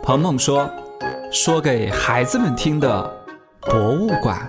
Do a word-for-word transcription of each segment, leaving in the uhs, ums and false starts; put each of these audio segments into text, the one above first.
鹏鹏说，说给孩子们听的博物馆。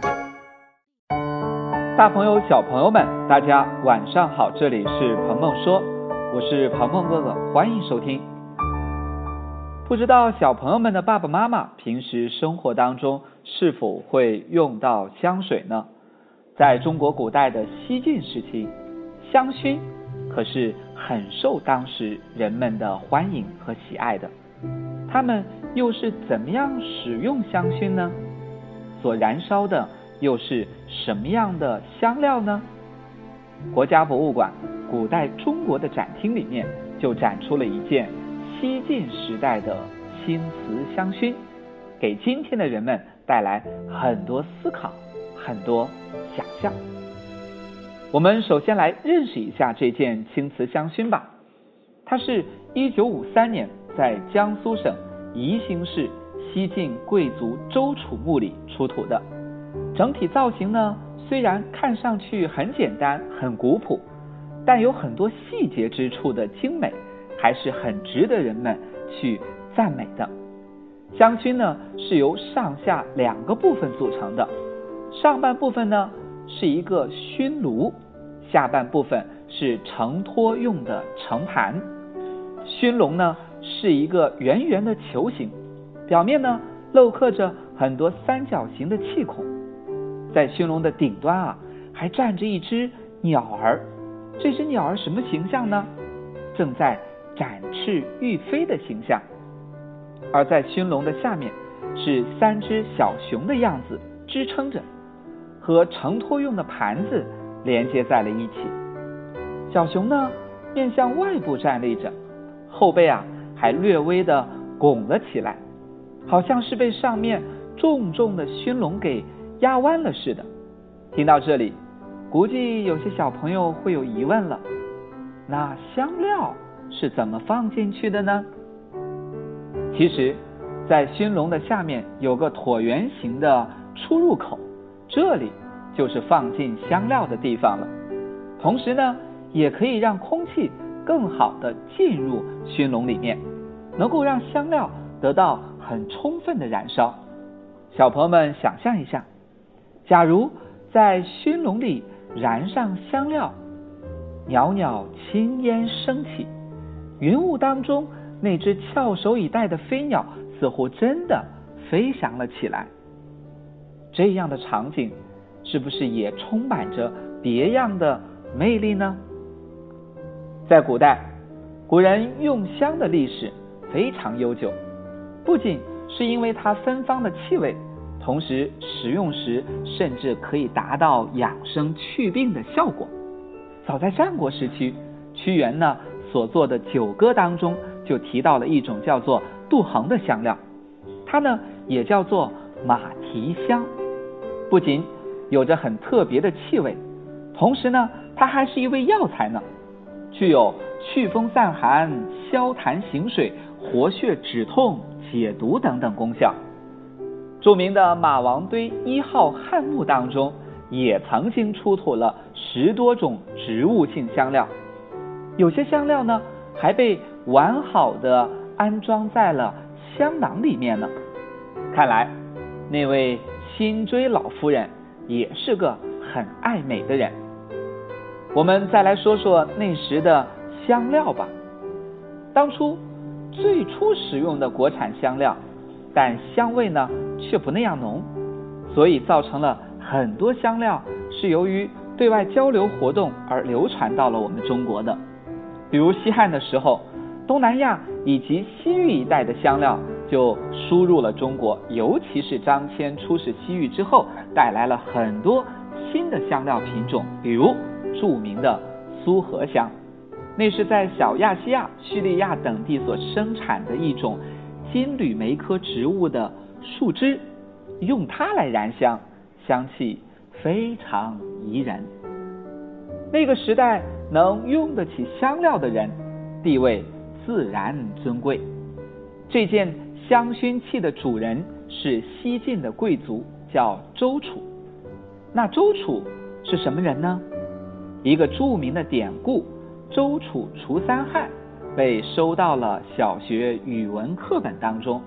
大朋友小朋友们，大家晚上好，这里是鹏鹏说，我是鹏鹏哥哥，欢迎收听。不知道小朋友们的爸爸妈妈平时生活当中是否会用到香水呢？在中国古代的西晋时期，香薰可是很受当时人们的欢迎和喜爱的。他们又是怎么样使用香薰呢？所燃烧的又是什么样的香料呢？国家博物馆古代中国的展厅里面就展出了一件西晋时代的青瓷香薰，给今天的人们带来很多思考，很多想象。我们首先来认识一下这件青瓷香薰吧。它是一九五三年在江苏省宜兴市西晋贵族周楚墓里出土的。整体造型呢，虽然看上去很简单很古朴，但有很多细节之处的精美，还是很值得人们去赞美的。香薰呢是由上下两个部分组成的，上半部分呢是一个熏炉，下半部分是盛托用的盛盘。熏笼呢是一个圆圆的球形，表面呢镂刻着很多三角形的气孔。在熏笼的顶端啊，还站着一只鸟儿。这只鸟儿什么形象呢？正在展翅欲飞的形象。而在熏笼的下面是三只小熊的样子支撑着，和盛托用的盘子连接在了一起。小熊呢面向外部站立着，后背啊还略微的拱了起来，好像是被上面重重的熏笼给压弯了似的。听到这里，估计有些小朋友会有疑问了，那香料是怎么放进去的呢？其实在熏笼的下面有个椭圆形的出入口，这里就是放进香料的地方了。同时呢也可以让空气更好的进入熏笼里面，能够让香料得到很充分的燃烧。小朋友们想象一下，假如在熏笼里燃上香料，袅袅青烟升起，云雾当中那只翘首以待的飞鸟似乎真的飞翔了起来。这样的场景是不是也充满着别样的魅力呢？在古代，古人用香的历史非常悠久，不仅是因为它芬芳的气味，同时食用时甚至可以达到养生祛病的效果。早在战国时期，屈原呢所做的九歌当中就提到了一种叫做杜衡的香料，它呢也叫做马蹄香。不仅有着很特别的气味，同时呢它还是一味药材呢，具有祛风散寒、消痰行水、活血止痛、解毒等等功效。著名的马王堆一号汉墓当中也曾经出土了十多种植物性香料，有些香料呢还被完好的安装在了香囊里面呢。看来那位辛追老夫人也是个很爱美的人。我们再来说说那时的香料吧。当初最初使用的国产香料，但香味呢却不那样浓，所以造成了很多香料是由于对外交流活动而流传到了我们中国的。比如西汉的时候，东南亚以及西域一带的香料就输入了中国，尤其是张骞出使西域之后，带来了很多新的香料品种，比如著名的苏合香，那是在小亚细亚、叙利亚等地所生产的一种金缕梅科植物的树枝，用它来燃香，香气非常宜人。那个时代能用得起香料的人，地位自然尊贵。这件香薰器的主人是西晋的贵族，叫周楚。那周楚是什么人呢？一个著名的典故周楚除三害被收到了小学语文课本当中，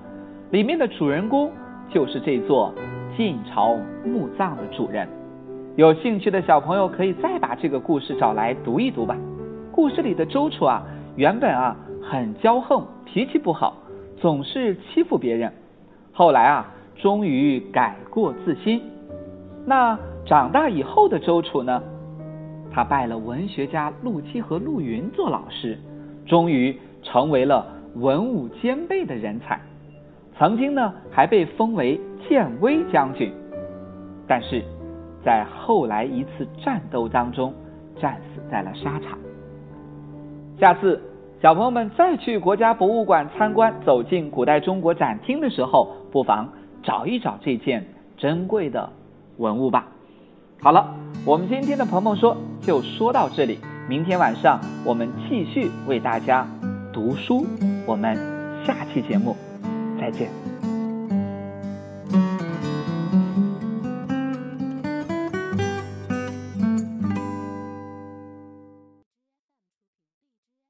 里面的主人公就是这座晋朝墓葬的主人。有兴趣的小朋友可以再把这个故事找来读一读吧。故事里的周楚啊，原本啊很骄横，脾气不好，总是欺负别人，后来啊终于改过自新。那长大以后的周楚呢，他拜了文学家陆机和陆云做老师，终于成为了文武兼备的人才。曾经呢还被封为建威将军，但是在后来一次战斗当中战死在了沙场。下次小朋友们再去国家博物馆参观，走进古代中国展厅的时候，不妨找一找这件珍贵的文物吧。好了，我们今天的鹏鹏说就说到这里，明天晚上我们继续为大家读书，我们下期节目再见。